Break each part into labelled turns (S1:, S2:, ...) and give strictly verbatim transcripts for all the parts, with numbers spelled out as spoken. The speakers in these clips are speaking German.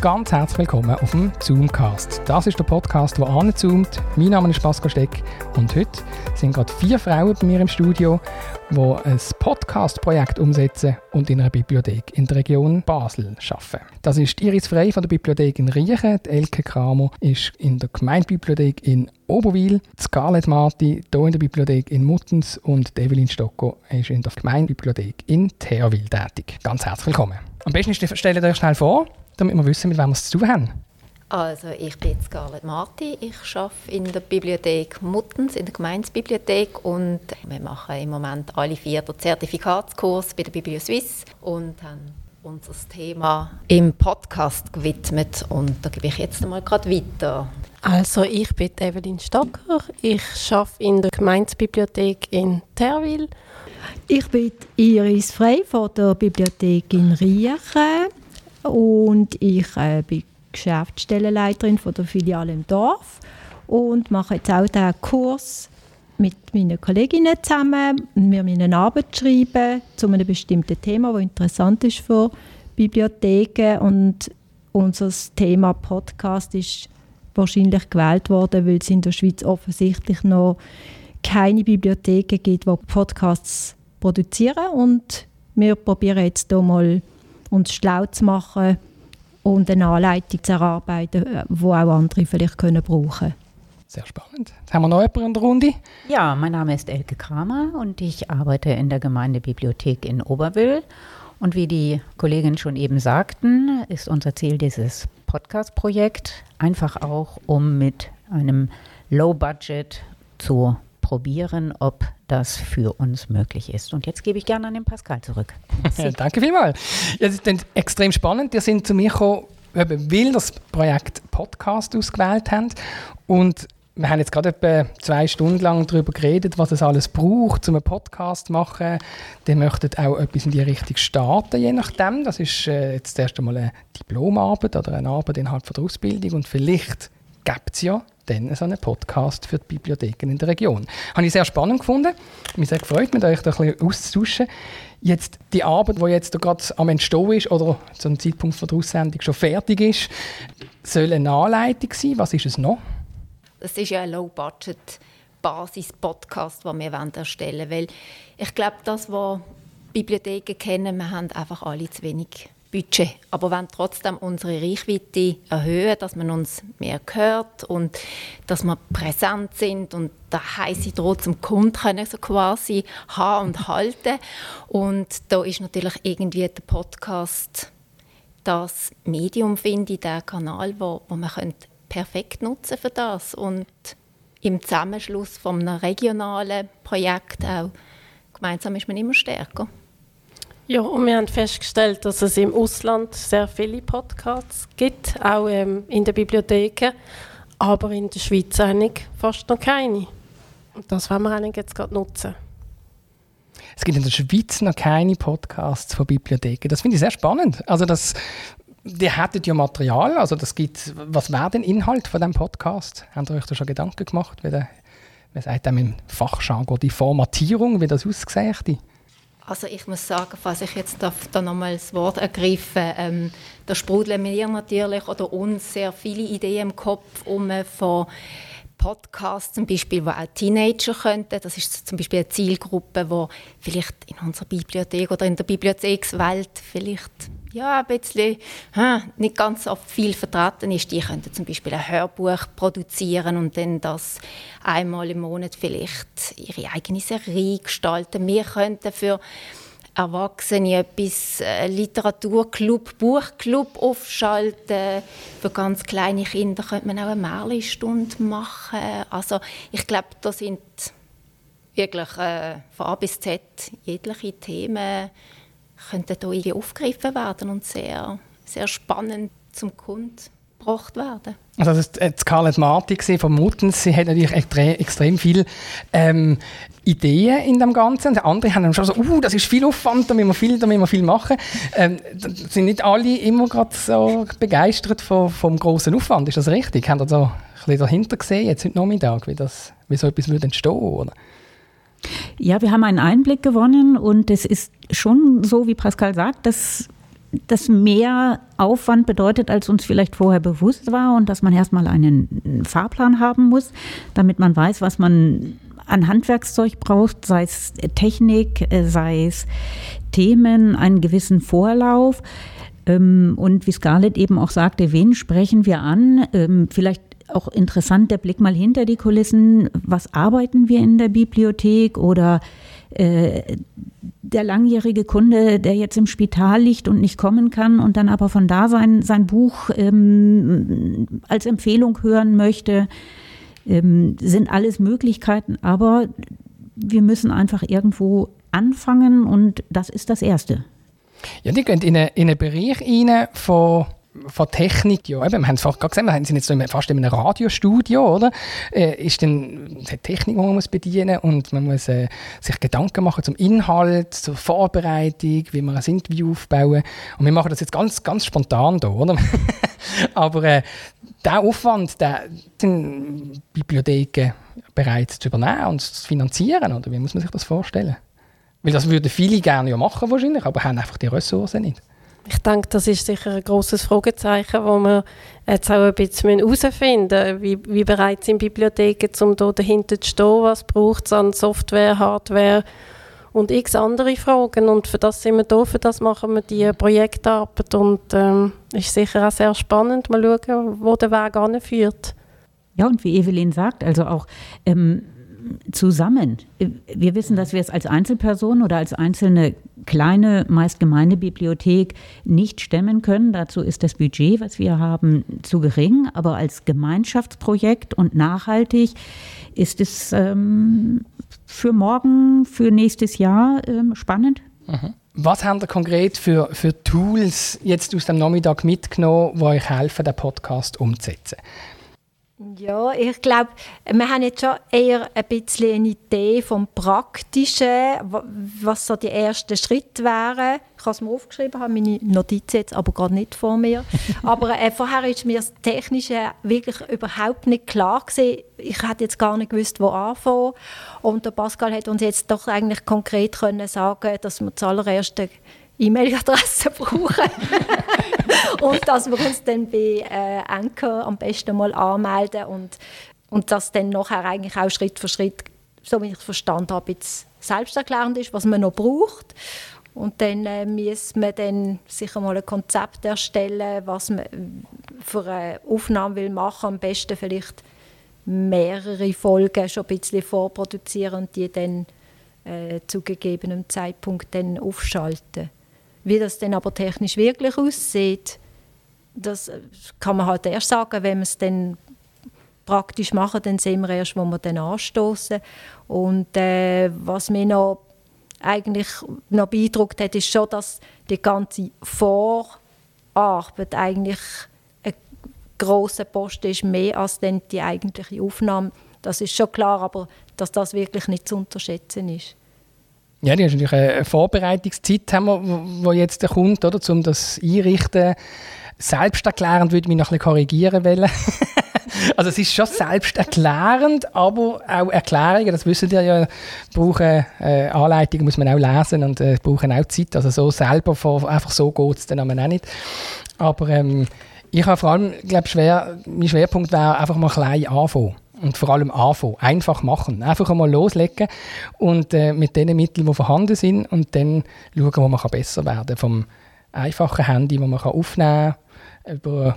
S1: ganz herzlich willkommen auf dem Zoomcast. Das ist der Podcast, der anzoomt. Mein Name ist Pascal Steck und heute sind gerade vier Frauen bei mir im Studio, die ein Podcast-Projekt umsetzen und in einer Bibliothek in der Region Basel arbeiten. Das ist Iris Frey von der Bibliothek in Riechen, die Elke Kramer ist in der Gemeindebibliothek in Oberwil, Scarlett Marti hier in der Bibliothek in Muttens und Evelyn Stocko ist in der Gemeindebibliothek in Therwil tätig. Ganz herzlich willkommen. Am besten stellt ihr euch schnell vor, damit wir wissen, mit wem wir es zu tun haben.
S2: Also ich bin Scarlett Marti, ich arbeite in der Bibliothek Muttens, in der Gemeindebibliothek und wir machen im Moment alle vier den Zertifikatskurs bei der BiblioSuisse und haben unser Thema im Podcast gewidmet und da gebe ich jetzt einmal gerade weiter.
S3: Also ich bin Evelyn Stocker, ich arbeite in der Gemeindebibliothek in Therwil.
S4: Ich bin Iris Frey von der Bibliothek in Riechen und ich äh, bin Geschäftsstellenleiterin von der Filiale im Dorf und mache jetzt auch den Kurs mit meinen Kolleginnen zusammen. Wir müssen eine Arbeit schreiben zu einem bestimmten Thema, das interessant ist für Bibliotheken und unser Thema Podcast ist wahrscheinlich gewählt worden, weil es in der Schweiz offensichtlich noch keine Bibliotheken gibt, die Podcasts produzieren und wir probieren jetzt hier mal uns schlau zu machen und eine Anleitung zu erarbeiten, die auch andere vielleicht können brauchen können.
S1: Sehr spannend. Jetzt haben wir noch jemanden in der Runde.
S5: Ja, mein Name ist Elke Kramer und ich arbeite in der Gemeindebibliothek in Oberwil. Und wie die Kolleginnen schon eben sagten, ist unser Ziel dieses Podcast-Projekt einfach auch, um mit einem Low-Budget zu probieren, ob das für uns möglich ist. Und jetzt gebe ich gerne an den Pascal zurück.
S1: Ja, danke vielmals. Ja, das ist extrem spannend. Ihr sind zu mir gekommen, weil das Projekt Podcast ausgewählt haben. Und wir haben jetzt gerade etwa zwei Stunden lang darüber geredet, was es alles braucht, um einen Podcast zu machen. Die möchten auch etwas in die Richtung starten, je nachdem. Das ist äh, jetzt erst einmal eine Diplomarbeit oder eine Arbeit innerhalb von der Ausbildung. Und vielleicht gibt es ja dann so einen Podcast für die Bibliotheken in der Region. Habe ich sehr spannend gefunden. Mich sehr gefreut, mit euch da ein bisschen auszutauschen. Jetzt die Arbeit, die jetzt gerade am Entstehen ist oder zum Zeitpunkt der Aussendung schon fertig ist, soll eine Anleitung sein. Was ist es noch?
S2: Das ist ja ein Low-Budget-Basis-Podcast, den wir erstellen wollen. Weil ich glaube, das, was Bibliotheken kennen, wir haben einfach alle zu wenig Budget. Aber wir wollen trotzdem unsere Reichweite erhöhen, dass man uns mehr hört und dass wir präsent sind und da heisse Draht zum Kunden können so quasi haben und halten. Und da ist natürlich irgendwie der Podcast das Medium, finde ich, der Kanal, wo, wo man könnte perfekt nutzen für das und im Zusammenschluss von einem regionalen Projekt auch. Gemeinsam ist man immer stärker.
S3: Ja, und wir haben festgestellt, dass es im Ausland sehr viele Podcasts gibt, auch ähm, in den Bibliotheken, aber in der Schweiz eigentlich fast noch keine. Und das wollen wir eigentlich jetzt gerade nutzen.
S1: Es gibt in der Schweiz noch keine Podcasts von Bibliotheken. Das finde ich sehr spannend. Also das, die hätten ja Material, also das gibt, was wäre denn Inhalt von diesem Podcast? Habt ihr euch da schon Gedanken gemacht, wie der, wie sagt im Fachjargon, die Formatierung, wie das aussehen hätte?
S2: Also ich muss sagen, falls ich jetzt darf, da nochmal das Wort ergreifen, ähm, da sprudeln mir natürlich oder uns sehr viele Ideen im Kopf um von Podcasts zum Beispiel, wo auch Teenager könnten. Das ist zum Beispiel eine Zielgruppe, die vielleicht in unserer Bibliothek oder in der Bibliothekswelt vielleicht ja, ein bisschen hm, nicht ganz so viel vertreten ist. Die könnten zum Beispiel ein Hörbuch produzieren und dann das einmal im Monat vielleicht ihre eigene Serie gestalten. Wir könnten für Erwachsene etwas äh, Literaturclub, Buchclub aufschalten. Für ganz kleine Kinder könnte man auch eine Märchenstunde machen. Also ich glaube, da sind wirklich äh, von A bis Z jegliche Themen könnten hier irgendwie aufgegriffen werden und sehr, sehr spannend zum Kunden gebracht werden.
S1: Also das war Scarlett Marti von Muttens. Sie hat natürlich extrem, extrem viele ähm, Ideen in dem Ganzen. Die anderen haben dann schon so, uh, das ist viel Aufwand, da müssen wir viel, da müssen wir viel machen. Ähm, sind nicht alle immer gerade so begeistert vom, vom grossen Aufwand. Ist das richtig? Haben Sie so ein bisschen dahinter gesehen, jetzt heute Nachmittag, wie, das, wie so etwas würde entstehen würde?
S5: Ja, wir haben einen Einblick gewonnen und es ist schon so, wie Pascal sagt, dass das mehr Aufwand bedeutet, als uns vielleicht vorher bewusst war und dass man erstmal einen Fahrplan haben muss, damit man weiß, was man an Handwerkszeug braucht, sei es Technik, sei es Themen, einen gewissen Vorlauf. Und wie Scarlett eben auch sagte, wen sprechen wir an? Vielleicht auch interessant der Blick mal hinter die Kulissen. Was arbeiten wir in der Bibliothek? Oder äh, der langjährige Kunde, der jetzt im Spital liegt und nicht kommen kann und dann aber von da sein, sein Buch ähm, als Empfehlung hören möchte, ähm, sind alles Möglichkeiten. Aber wir müssen einfach irgendwo anfangen und das ist das Erste.
S1: Ja, die gehen in einen, in einen Bereich rein von, von Technik. Ja, eben, wir haben es vorhin gerade gesehen, wir sind jetzt so fast in einem Radiostudio, oder? Äh, ist dann die Technik, die man muss bedienen und man muss äh, sich Gedanken machen zum Inhalt, zur Vorbereitung, wie wir ein Interview aufbauen. Und wir machen das jetzt ganz, ganz spontan hier, oder? Aber äh, der Aufwand, den sind Bibliotheken bereit zu übernehmen und zu finanzieren, oder? Wie muss man sich das vorstellen? Weil das würden viele gerne ja machen wahrscheinlich, aber haben einfach die Ressourcen nicht.
S3: Ich denke, das ist sicher ein grosses Fragezeichen, wo wir jetzt auch ein bisschen herausfinden müssen. Wie, wie bereit sind Bibliotheken, um da dahinter zu stehen, was braucht es an Software, Hardware und x andere Fragen. Und für das sind wir da, für das machen wir die Projektarbeit. Und ähm, ist sicher auch sehr spannend, mal schauen, wo der Weg anführt.
S5: Ja, und wie Evelyn sagt, also auch ähm, zusammen. Wir wissen, dass wir es als Einzelperson oder als einzelne kleine, meist Gemeindebibliothek nicht stemmen können. Dazu ist das Budget, was wir haben, zu gering. Aber als Gemeinschaftsprojekt und nachhaltig ist es ähm, für morgen, für nächstes Jahr ähm, spannend.
S1: Mhm. Was haben Sie konkret für, für Tools jetzt aus dem Nachmittag mitgenommen, die euch helfen, den Podcast umzusetzen?
S4: Ja, ich glaube, wir haben jetzt schon eher ein bisschen eine Idee vom Praktischen, was so die ersten Schritte wären. Ich habe es mir aufgeschrieben, habe meine Notizen jetzt aber gerade nicht vor mir. Aber äh, vorher ist mir das Technische wirklich überhaupt nicht klar gewesen. Ich hätte jetzt gar nicht gewusst, wo anfangen. Und der Pascal hat uns jetzt doch eigentlich konkret können sagen, dass wir zuallererst eine E-Mail-Adresse brauchen. Und dass wir uns dann bei äh, Anchor am besten mal anmelden und, und dass dann nachher eigentlich auch Schritt für Schritt, so wie ich es verstanden habe, jetzt selbsterklärend ist, was man noch braucht. Und dann äh, müssen wir dann sicher mal ein Konzept erstellen, was man für eine Aufnahme will machen. Am besten vielleicht mehrere Folgen schon ein bisschen vorproduzieren und die dann äh, zu gegebenem Zeitpunkt dann aufschalten. Wie das dann aber technisch wirklich aussieht, das kann man halt erst sagen, wenn wir es dann praktisch machen, dann sehen wir erst, wo wir dann anstoßen. Und äh, was mich noch eigentlich noch beeindruckt hat, ist schon, dass die ganze Vorarbeit eigentlich ein grosser Posten ist, mehr als dann die eigentliche Aufnahme. Das ist schon klar, aber dass das wirklich nicht zu unterschätzen ist.
S1: Ja, die ist natürlich eine Vorbereitungszeit, haben wir, wo jetzt kommt, oder, um das einrichten. Selbsterklärend würde ich mich noch ein bisschen korrigieren wollen. Also es ist schon selbsterklärend, aber auch Erklärungen, das wissen ihr ja, brauchen äh, Anleitungen, muss man auch lesen und äh, brauchen auch Zeit. Also so selber, vor, einfach so geht es dann auch nicht. Aber ähm, ich habe vor allem, glaube schwer, mein Schwerpunkt wäre einfach mal klein anfangen. Und vor allem anfangen, einfach machen. Einfach einmal loslegen und äh, mit den Mitteln, die vorhanden sind und dann schauen, wo man besser werden kann. Vom einfachen Handy, das man aufnehmen kann, über ein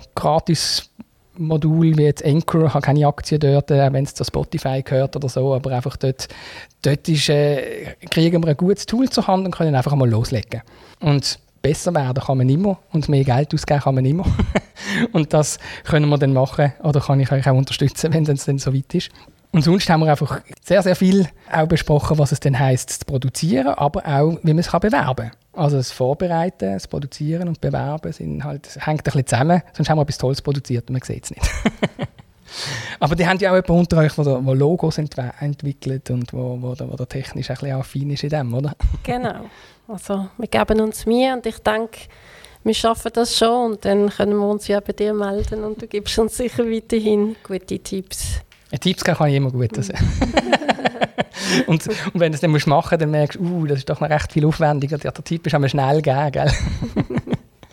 S1: Gratis-Modul wie jetzt Anchor, ich habe keine Aktien dort, wenn es zu Spotify gehört oder so, aber einfach dort, dort ist, äh, kriegen wir ein gutes Tool zur Hand und können einfach einmal loslegen. Und besser werden kann man immer und mehr Geld ausgeben kann man immer. Und das können wir dann machen oder kann ich euch auch unterstützen, wenn es dann so weit ist. Und sonst haben wir einfach sehr, sehr viel auch besprochen, was es dann heisst, zu produzieren, aber auch, wie man es kann bewerben kann. Also das Vorbereiten, das Produzieren und Bewerben sind halt, hängt ein bisschen zusammen, sonst haben wir etwas Tolles produziert und man sieht es nicht. Aber die haben ja auch jemanden unter euch, der Logos entwe- entwickelt und wo, wo, der, wo der technisch ein bisschen affin ist in dem, oder?
S3: Genau. Also wir geben uns Mühe und ich denke, wir schaffen das schon und dann können wir uns ja bei dir melden und du gibst uns sicher weiterhin gute Tipps.
S1: Ja, Tipps kann ich immer gut. Also. und, und wenn du es dann machen musst, dann merkst du, uh, das ist doch noch recht viel aufwendiger. Der Tipp ist einmal schnell gegeben, gell?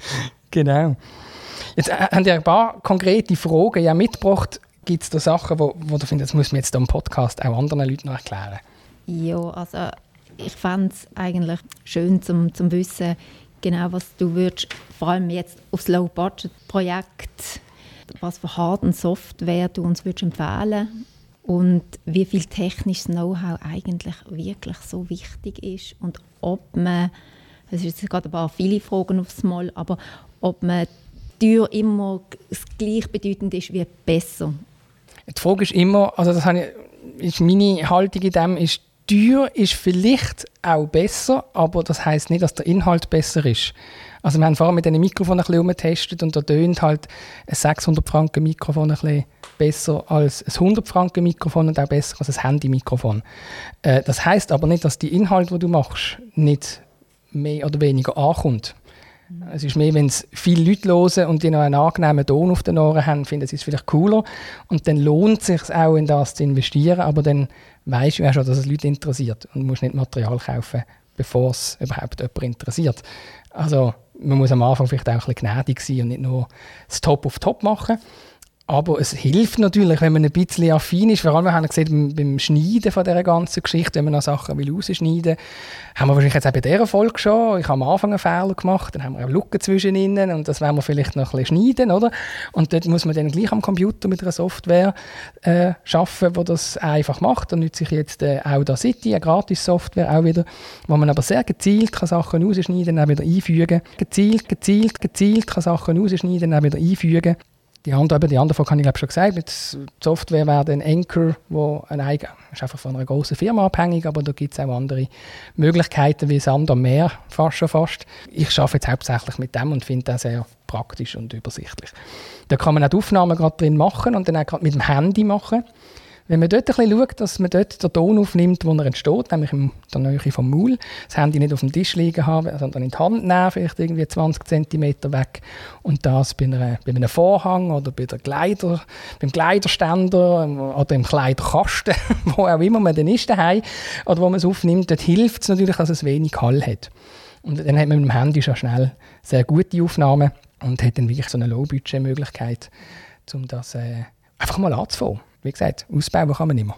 S1: Genau. Jetzt äh, haben ihr ein paar konkrete Fragen ja mitgebracht. Gibt es da Sachen, wo, wo du findest, das muss man jetzt am Podcast auch anderen Leuten noch erklären?
S2: Ja, also ich fände es eigentlich schön, zum, zum wissen, genau was du würdest, vor allem jetzt aufs Low-Budget-Projekt, was für Hard- und Software du uns würdest empfehlen und wie viel technisches Know-how eigentlich wirklich so wichtig ist und ob man, es ist jetzt gerade ein paar viele Fragen aufs Mal, aber ob man teuer immer das gleichbedeutend ist wie besser.
S1: Die Frage ist immer, also das habe ich, ist meine Haltung in dem, ist, teuer ist vielleicht auch besser, aber das heisst nicht, dass der Inhalt besser ist. Also wir haben vorher mit diesen Mikrofonen ein bisschen umgetestet und da tönt halt ein sechshundert Franken Mikrofon ein bisschen besser als ein hundert Franken Mikrofon und auch besser als ein Handy-Mikrofon. Äh, das heisst aber nicht, dass die Inhalt, die du machst, nicht mehr oder weniger ankommt. Es ist mehr, wenn es viele Leute hören und die noch einen angenehmen Ton auf den Ohren haben, finden sie es vielleicht cooler. Und dann lohnt es sich auch, in das zu investieren, aber dann weisst du ja schon, dass es Leute interessiert und musst nicht Material kaufen, bevor es überhaupt jemand interessiert. Also man muss am Anfang vielleicht auch ein bisschen gnädig sein und nicht nur das Top auf Top machen. Aber es hilft natürlich, wenn man ein bisschen affin ist. Vor allem, wir haben gesehen, beim, beim Schneiden von dieser ganzen Geschichte, wenn man noch Sachen will rausschneiden, haben wir wahrscheinlich jetzt auch bei dieser Folge schon. Ich habe am Anfang einen Fehler gemacht, dann haben wir auch Lücken zwischen ihnen und das werden wir vielleicht noch ein bisschen schneiden, oder? Und dort muss man dann gleich am Computer mit einer Software äh, arbeiten, die das einfach macht. Da nütze ich jetzt äh, Audacity, eine Gratis-Software auch wieder, wo man aber sehr gezielt kann Sachen rausschneiden und auch wieder einfügen. Gezielt, gezielt, gezielt kann Sachen rausschneiden und auch wieder einfügen. Die andere, die andere Frage habe ich glaube schon gesagt, mit Software wäre dann Anchor, wo ein eigen, ist einfach von einer grossen Firma abhängig, aber da gibt es auch andere Möglichkeiten wie Sand am Meer, fast schon fast. Ich arbeite jetzt hauptsächlich mit dem und finde das sehr praktisch und übersichtlich. Da kann man auch die Aufnahmen gerade drin machen und dann auch gerade mit dem Handy machen. Wenn man dort ein bisschen schaut, dass man dort den Ton aufnimmt, wo er entsteht, nämlich in der Nähe vom Maul, das Handy nicht auf dem Tisch liegen haben, sondern in die Hand nehmen, vielleicht irgendwie zwanzig Zentimeter weg und das bei, einer, bei einem Vorhang oder bei der Kleider, beim Kleiderständer oder im Kleiderkasten, wo auch immer man dann ist daheim oder wo man es aufnimmt, dort hilft es natürlich, dass es wenig Hall hat. Und dann hat man mit dem Handy schon schnell sehr gute Aufnahmen und hat dann wirklich so eine Low-Budget-Möglichkeit, um das äh, einfach mal anzufangen. Wie gesagt, ausbauen kann man immer.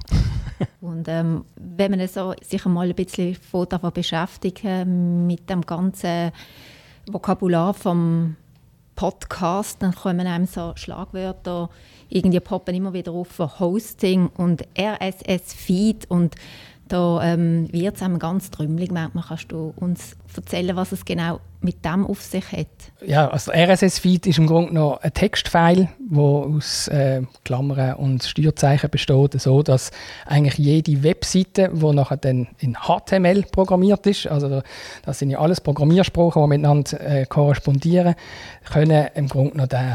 S2: Und ähm, wenn man so sich einmal ein bisschen davon beschäftigen mit dem ganzen Vokabular vom Podcast, dann kommen einem so Schlagwörter, irgendwie poppen immer wieder auf von Hosting und R S S-Feed und da ähm, wird es einem ganz trümmelig. Manchmal kannst du uns erzählen, was es genau mit dem auf sich hat.
S1: Ja, also R S S-Feed ist im Grunde noch ein Textfile, der aus äh, Klammern und Steuerzeichen besteht, so dass eigentlich jede Webseite, die nachher dann in H T M L programmiert ist, also das sind ja alles Programmiersprachen, die miteinander äh, korrespondieren, können im Grunde noch den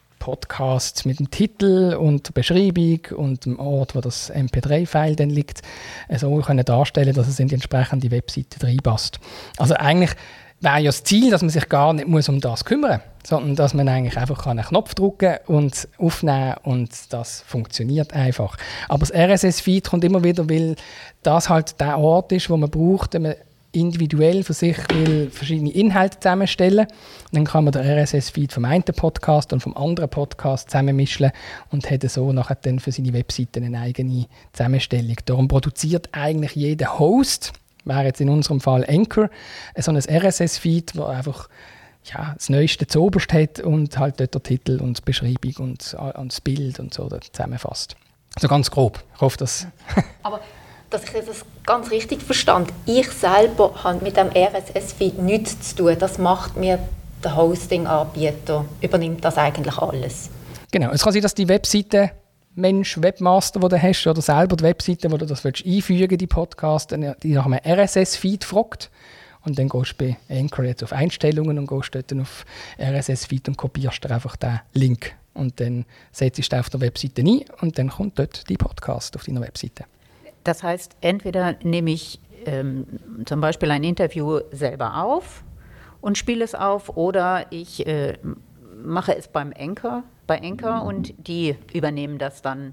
S1: Podcast mit dem Titel und der Beschreibung und dem Ort, wo das M P drei File dann liegt, so können darstellen, dass es in die entsprechende Webseite reinpasst. Also eigentlich wäre ja das Ziel, dass man sich gar nicht muss um das kümmern muss, sondern dass man eigentlich einfach einen Knopf drücken und aufnehmen und das funktioniert einfach. Aber das R S S-Feed kommt immer wieder, weil das halt der Ort ist, wo man braucht, wenn man individuell für sich will verschiedene Inhalte zusammenstellen. Und dann kann man den R S S-Feed vom einen Podcast und vom anderen Podcast zusammenmischen und hat so nachher dann für seine Webseite eine eigene Zusammenstellung. Darum produziert eigentlich jeder Host, wäre jetzt in unserem Fall Anchor, so ein R S S-Feed, wo einfach ja, das Neueste zuoberst hat und halt dort der Titel und die Beschreibung und, und das Bild und so zusammenfasst. Also ganz grob. Ich hoffe, dass...
S2: Aber dass ich das ganz richtig verstand, ich selber habe mit dem R S S-Feed nichts zu tun. Das macht mir der Hosting-Anbieter, übernimmt das eigentlich alles.
S1: Genau, es kann sein, dass die Webseite Mensch, Webmaster, den du hast, oder selber die Webseite, wo du das einfügen willst, die Podcast, die nach einem R S S-Feed fragt. Und dann gehst du bei Anchor jetzt auf Einstellungen und gehst dort auf R S S-Feed und kopierst dir einfach den Link. Und dann setzt du den auf der Webseite ein und dann kommt dort die Podcast auf deiner Webseite.
S5: Das heißt, entweder nehme ich ähm, zum Beispiel ein Interview selber auf und spiele es auf, oder ich äh, mache es beim Anchor, bei Anchor und die übernehmen das dann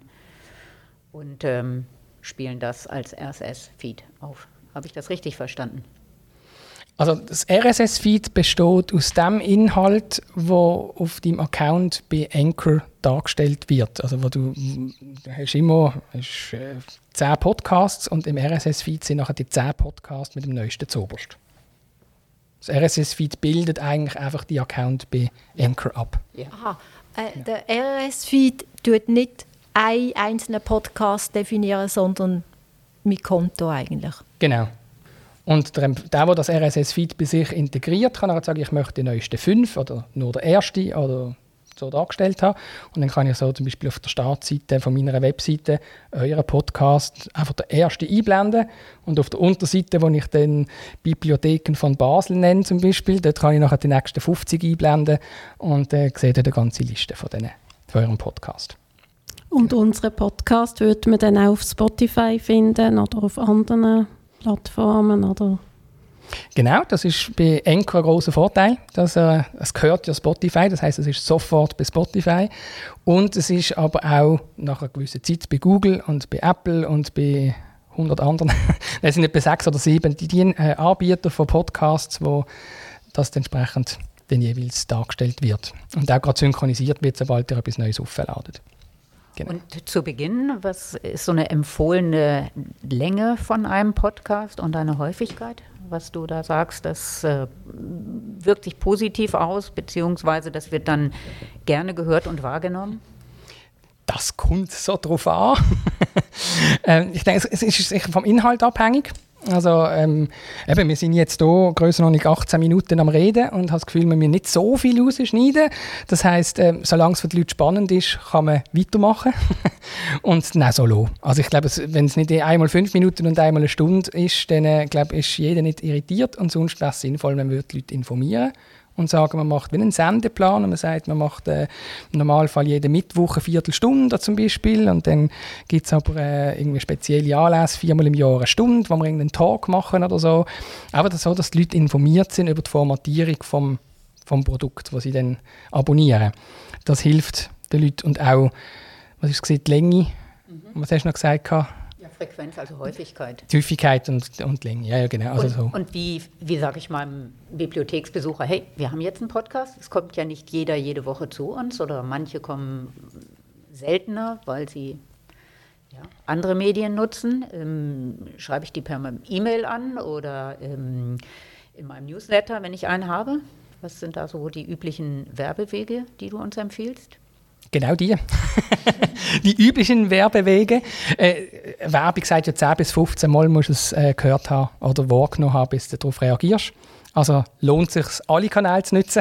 S5: und ähm, spielen das als R S S-Feed auf. Habe ich das richtig verstanden?
S1: Also das R S S-Feed besteht aus dem Inhalt, der auf deinem Account bei Anchor dargestellt wird. Also wo du, du hast immer hast, äh, zehn Podcasts und im R S S-Feed sind nachher die zehn Podcasts mit dem neuesten zuoberst. Das R S S-Feed bildet eigentlich einfach die Account bei Anchor ab.
S5: Ja.
S4: Aha, äh, ja. Der R S S-Feed tut nicht einen einzelnen Podcast definieren, sondern mein Konto eigentlich.
S1: Genau. Und der, der, der das R S S-Feed bei sich integriert, kann er sagen, ich möchte die neuesten fünf oder nur der erste oder so dargestellt haben. Und dann kann ich so zum Beispiel auf der Startseite von meiner Webseite euren Podcast einfach der erste einblenden. Und auf der Unterseite, wo ich dann Bibliotheken von Basel nenne zum Beispiel, dort kann ich nachher die nächsten fünfzig einblenden und dann äh, seht ihr die ganze Liste von, denen, von eurem Podcast.
S3: Und unseren Podcast würde man dann auch auf Spotify finden oder auf anderen Plattformen, oder?
S1: Genau, das ist bei Anchor ein grosser Vorteil. Dass, äh, es gehört ja Spotify, das heisst, es ist sofort bei Spotify. Und es ist aber auch nach einer gewissen Zeit bei Google und bei Apple und bei hundert anderen. Es sind etwa sechs oder sieben die, die äh, Anbieter von Podcasts, wo das entsprechend dann jeweils dargestellt wird. Und auch gerade synchronisiert wird, sobald ihr etwas Neues aufladet. Genau.
S5: Und zu Beginn, was ist so eine empfohlene Länge von einem Podcast und eine Häufigkeit? Was du da sagst, das äh, wirkt sich positiv aus, beziehungsweise das wird dann gerne gehört und wahrgenommen?
S1: Das kommt so drauf an. ähm, ich denke, es ist sicher vom Inhalt abhängig. Also ähm, eben, wir sind jetzt hier grössenordnung achtzehn Minuten am Reden und habe das Gefühl, wir müssen nicht so viel rausschneiden. Das heisst, ähm, solange es für die Leute spannend ist, kann man weitermachen und dann so lassen. Also ich glaube, wenn es nicht einmal fünf Minuten und einmal eine Stunde ist, dann äh, glaube, ist jeder nicht irritiert und sonst wäre es sinnvoll, wenn wir die Leute informieren und sagen, man macht wie einen Sendeplan und man sagt, man macht äh, im Normalfall jeden Mittwoch eine Viertelstunde zum Beispiel und dann gibt es aber äh, irgendwie spezielle Anlässe, viermal im Jahr eine Stunde, wo wir irgendeinen Talk machen oder so. Aber das so, dass die Leute informiert sind über die Formatierung vom, vom Produkt, das sie dann abonnieren. Das hilft den Leuten und auch, was ist die Länge, mhm. was hast du noch gesagt?
S5: Ja, Frequenz, also Häufigkeit.
S1: Die Häufigkeit und, und Länge, ja, ja genau. Also
S5: und
S1: so.
S5: und wie, wie sage ich meinem Bibliotheksbesucher, hey, wir haben jetzt einen Podcast, es kommt ja nicht jeder jede Woche zu uns oder manche kommen seltener, weil sie ja, andere Medien nutzen. Ähm, schreibe ich die per E-Mail an oder ähm, in meinem Newsletter, wenn ich einen habe? Was sind da so die üblichen Werbewege, die du uns empfiehlst?
S1: Genau die. Die üblichen Werbewege. Äh, Werbung sagt ja zehn bis fünfzehn Mal musst du es äh, gehört haben oder wahrgenommen haben, bis du darauf reagierst. Also lohnt es sich, alle Kanäle zu nutzen.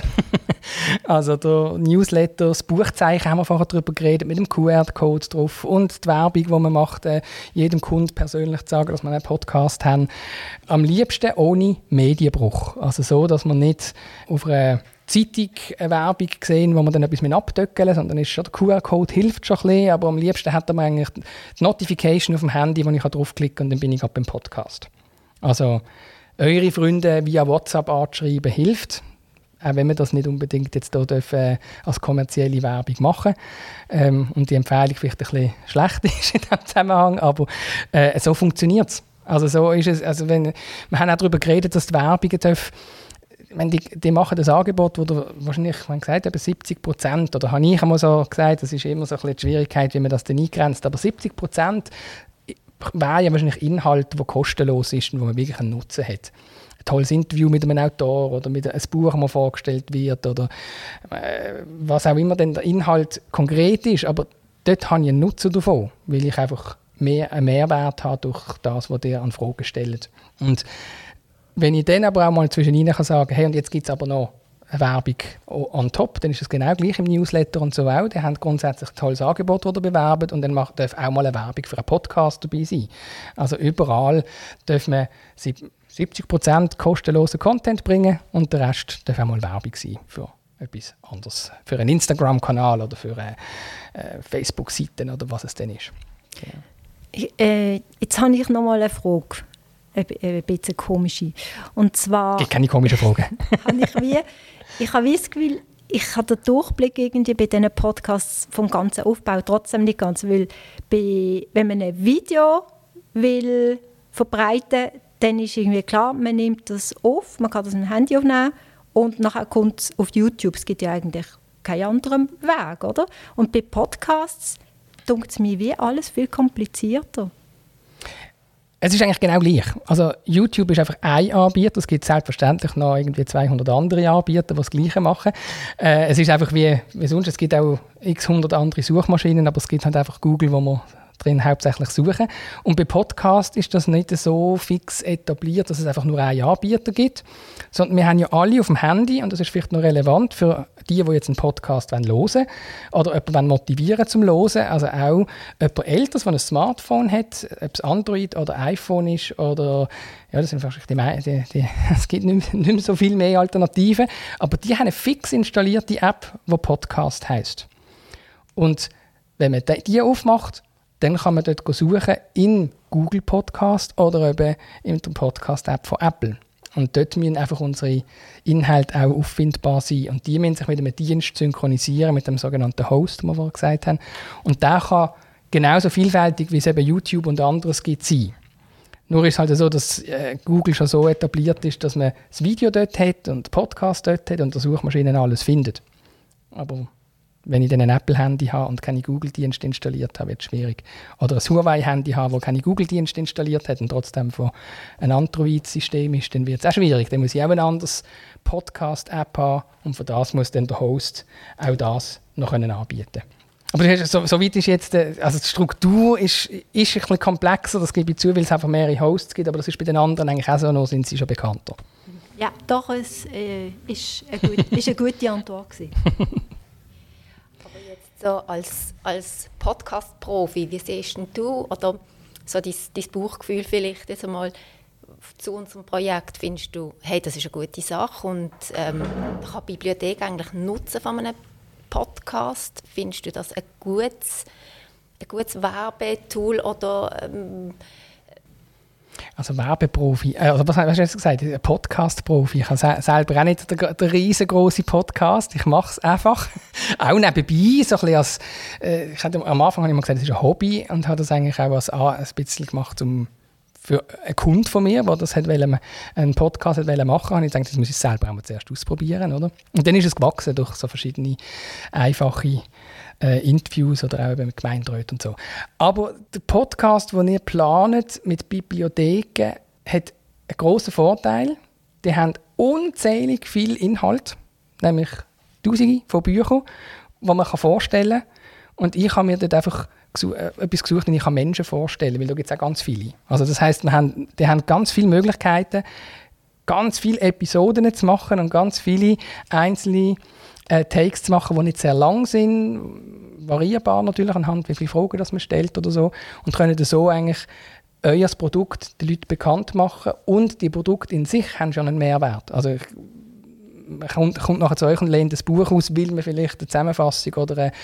S1: Also der Newsletter, das Buchzeichen haben wir vorher darüber geredet, mit dem Q R-Code drauf und die Werbung, die man macht, äh, jedem Kunden persönlich zu sagen, dass wir einen Podcast haben. Am liebsten ohne Medienbruch. Also so, dass man nicht auf einer Zeitung eine Werbung gesehen, wo man dann etwas abdöckeln, sondern ist schon der Q R-Code hilft schon ein bisschen, aber am liebsten hat man eigentlich die Notification auf dem Handy, wo ich draufklicke und dann bin ich gerade beim Podcast. Also eure Freunde via WhatsApp anschreiben hilft, auch wenn wir das nicht unbedingt jetzt hier dürfen, äh, als kommerzielle Werbung machen ähm, und die Empfehlung vielleicht ein bisschen schlecht ist in diesem Zusammenhang, aber äh, so funktioniert es. Also so ist es, also wenn, wir haben auch darüber geredet, dass die Werbungen dürfen, wenn die, die machen das Angebot, wo du wahrscheinlich, man gesagt etwa siebzig Prozent, oder habe ich einmal so gesagt, das ist immer so ein bisschen die Schwierigkeit, wie man das dann eingrenzt, aber siebzig Prozent wäre ja wahrscheinlich Inhalt, der kostenlos ist und wo man wirklich einen Nutzen hat. Ein tolles Interview mit einem Autor oder mit einem Buch, das vorgestellt wird oder äh, was auch immer denn der Inhalt konkret ist, aber dort habe ich einen Nutzen davon, weil ich einfach mehr, einen Mehrwert habe durch das, was ihr an Fragen stellt. Und wenn ich dann aber auch mal zwischendrin kann sagen, hey, und jetzt gibt es aber noch eine Werbung on top, dann ist es genau gleich im Newsletter und so auch. Die haben grundsätzlich ein tolles Angebot, das ihr bewerben und dann macht, darf auch mal eine Werbung für einen Podcast dabei sein. Also überall dürfen wir siebzig Prozent kostenlosen Content bringen und der Rest darf auch mal Werbung sein für etwas anderes. Für einen Instagram-Kanal oder für eine äh, Facebook-Seite oder was es denn ist. Genau.
S4: Ich, äh, jetzt habe ich noch mal eine Frage. Ein bisschen komische. Und zwar...
S1: Ich keine komischen Fragen.
S4: habe ich, wie, ich habe wie das Gefühl, ich habe den Durchblick irgendwie bei diesen Podcasts vom ganzen Aufbau trotzdem nicht ganz, weil bei, wenn man ein Video will verbreiten, dann ist irgendwie klar, man nimmt das auf, man kann das mit dem Handy aufnehmen und nachher kommt es auf YouTube. Es gibt ja eigentlich keinen anderen Weg, oder? Und bei Podcasts denkt es mir wie alles viel komplizierter.
S1: Es ist eigentlich genau gleich. Also YouTube ist einfach ein Anbieter. Es gibt selbstverständlich noch irgendwie zweihundert andere Anbieter, die das Gleiche machen. Äh, es ist einfach wie, wie sonst. Es gibt auch x hundert andere Suchmaschinen, aber es gibt halt einfach Google, wo man drin hauptsächlich suchen. Und bei Podcast ist das nicht so fix etabliert, dass es einfach nur einen Anbieter gibt, sondern wir haben ja alle auf dem Handy, und das ist vielleicht noch relevant für die, die jetzt einen Podcast hören wollen oder jemanden motivieren zum Hören, also auch jemand Älteres, der ein Smartphone hat, ob es Android oder iPhone ist oder ja, das sind wahrscheinlich die, die, die es gibt nicht mehr, nicht mehr so viel mehr Alternativen, aber die haben eine fix installierte App, die Podcast heisst. Und wenn man die aufmacht, dann kann man dort suchen in Google Podcast oder eben in der Podcast-App von Apple. Und dort müssen einfach unsere Inhalte auch auffindbar sein. Und die müssen sich mit einem Dienst synchronisieren, mit dem sogenannten Host, den wir vorhin gesagt haben. Und der kann genauso vielfältig, wie es eben YouTube und anderes gibt, sein. Nur ist es halt so, dass äh, Google schon so etabliert ist, dass man das Video dort hat und den Podcast dort hat und die Suchmaschinen alles findet. Aber wenn ich dann ein Apple-Handy habe und keine Google-Dienste installiert habe, wird es schwierig. Oder ein Huawei-Handy habe, das keine Google-Dienste installiert hat und trotzdem von ein Android-System ist, dann wird es auch schwierig. Dann muss ich auch ein anderes Podcast-App haben und für das muss dann der Host auch das noch können anbieten. Aber so, so weit ist jetzt, also die Struktur ist, ist ein bisschen komplexer, das gebe ich zu, weil es einfach mehrere Hosts gibt, aber das ist bei den anderen eigentlich auch so, noch sind sie schon bekannter.
S4: Ja, doch, es äh, ist, eine gut, ist eine gute Antwort gewesen.
S2: So als, als Podcast-Profi, wie siehst du oder so dein, dein Bauchgefühl vielleicht jetzt einmal zu unserem Projekt? Findest du, hey, das ist eine gute Sache und ähm, kann die Bibliothek eigentlich nutzen von einem Podcast? Findest du das ein gutes, ein gutes Werbetool oder ähm,
S1: Also Werbeprofi, also was hast du jetzt gesagt? Ein Podcast-Profi. Ich habe selber auch nicht den, den riesengroßen Podcast. Ich mache es einfach. Auch nebenbei. So ein bisschen als, äh, ich hatte, am Anfang habe ich immer gesagt, es ist ein Hobby und habe das eigentlich auch als, ein bisschen gemacht, um für einen Kunden von mir, der das hat wollen, einen Podcast hat wollen machen, habe ich gedacht, das muss ich selber auch mal zuerst ausprobieren. Oder? Und dann ist es gewachsen durch so verschiedene einfache äh, Interviews oder auch mit Gemeinderäten und so. Aber der Podcast, den ihr plant mit Bibliotheken, hat einen grossen Vorteil. Die haben unzählig viel Inhalt, nämlich Tausende von Büchern, die man vorstellen kann. Und ich habe mir dort einfach gesuch, äh, etwas gesucht, das ich Menschen vorstellen kann, weil da gibt es auch ganz viele. Also das heisst, wir haben, die haben ganz viele Möglichkeiten, ganz viele Episoden zu machen und ganz viele einzelne äh, Takes zu machen, die nicht sehr lang sind, variierbar natürlich anhand, wie viele Fragen das man stellt oder so, und können so eigentlich euer Produkt den Leuten bekannt machen und die Produkte in sich haben schon einen Mehrwert. Also ich, man kommt, kommt nachher zu euch und lehnt ein Buch aus, weil man vielleicht eine Zusammenfassung oder einen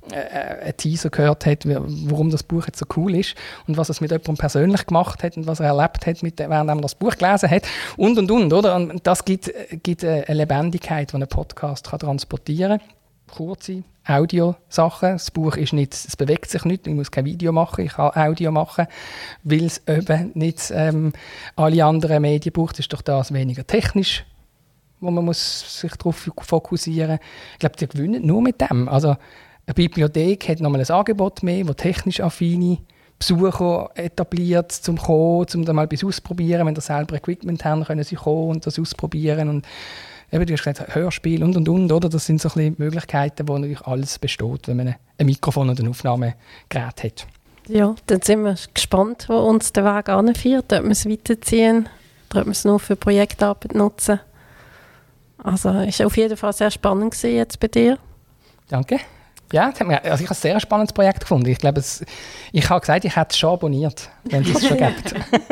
S1: eine Teaser gehört hat, warum das Buch jetzt so cool ist und was es mit jemandem persönlich gemacht hat und was er erlebt hat, mit, während er das Buch gelesen hat und, und, und. Oder? Und das gibt, gibt eine Lebendigkeit, die ein Podcast kann transportieren kann. Kurze Audiosachen. Das Buch ist nicht, es bewegt sich nicht, ich muss kein Video machen, ich kann Audio machen, weil es eben nicht ähm, alle anderen Medien braucht. Das ist durch das weniger technisch, wo man muss sich darauf fokussieren muss. Ich glaube, die gewinnen nur mit dem. Also eine Bibliothek hat nochmal ein Angebot mehr, das technisch affine Besucher etabliert, zum kommen, um dann mal etwas auszuprobieren. Wenn sie selber Equipment haben, können sie kommen und das ausprobieren. Und eben, du hast gesagt, Hörspiel und und und, oder? Das sind so ein bisschen Möglichkeiten, wo natürlich alles besteht, wenn man ein Mikrofon und ein Aufnahmegerät hat.
S3: Ja, dann sind wir gespannt, wo uns der Weg anführt. Ob wir es weiterziehen oder ob wir es nur für Projektarbeit nutzen. Also es war auf jeden Fall sehr spannend gewesen jetzt bei dir. Danke.
S1: Ja, also ich habe ein sehr spannendes Projekt gefunden. Ich glaube, es, ich habe gesagt, ich hätte es schon abonniert, wenn es es schon gibt.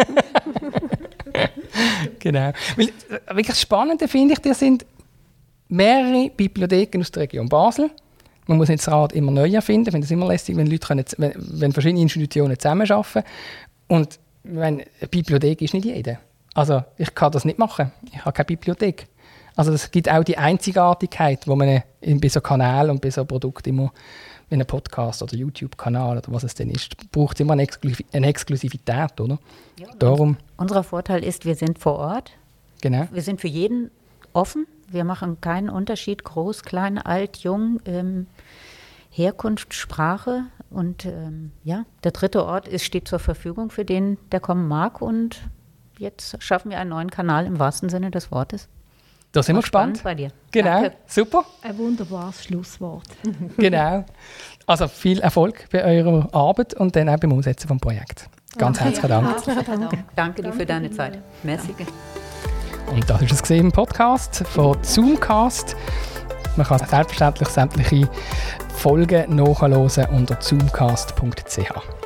S1: Genau. Weil, wirklich das Spannende finde ich, das sind mehrere Bibliotheken aus der Region Basel. Man muss nicht das Rad immer neu erfinden. Ich finde es immer lästig, wenn Leute können, wenn, wenn verschiedene Institutionen zusammenarbeiten. Und wenn, eine Bibliothek ist nicht jede. Also ich kann das nicht machen. Ich habe keine Bibliothek. Also es gibt auch die Einzigartigkeit, die man bei so Kanälen und bei so Produkten immer wie ein Podcast oder YouTube-Kanal oder was es denn ist, braucht es immer eine, Exklusiv- eine Exklusivität, oder?
S5: Ja,
S1: Darum,
S5: unser Vorteil ist, wir sind vor Ort.
S1: genau.
S5: Wir sind für jeden offen. Wir machen keinen Unterschied, groß, klein, alt, jung, ähm, Herkunft, Sprache. Und ähm, ja, der dritte Ort ist, steht zur Verfügung für den, der kommen mag. Und jetzt schaffen wir einen neuen Kanal im wahrsten Sinne des Wortes.
S1: Da sind wir
S5: Und
S1: gespannt.
S5: spannend bei dir.
S1: Genau,
S5: Danke.
S1: super.
S4: Ein wunderbares Schlusswort.
S1: Genau. Also viel Erfolg bei eurer Arbeit und dann auch beim Umsetzen des Projekts. Ganz herzlichen Dank.
S2: Herzlichen Dank.
S5: Danke dir für deine Zeit. Merci.
S1: Und das war es im Podcast von Zoomcast. Man kann selbstverständlich sämtliche Folgen nachhören unter zoomcast punkt c h.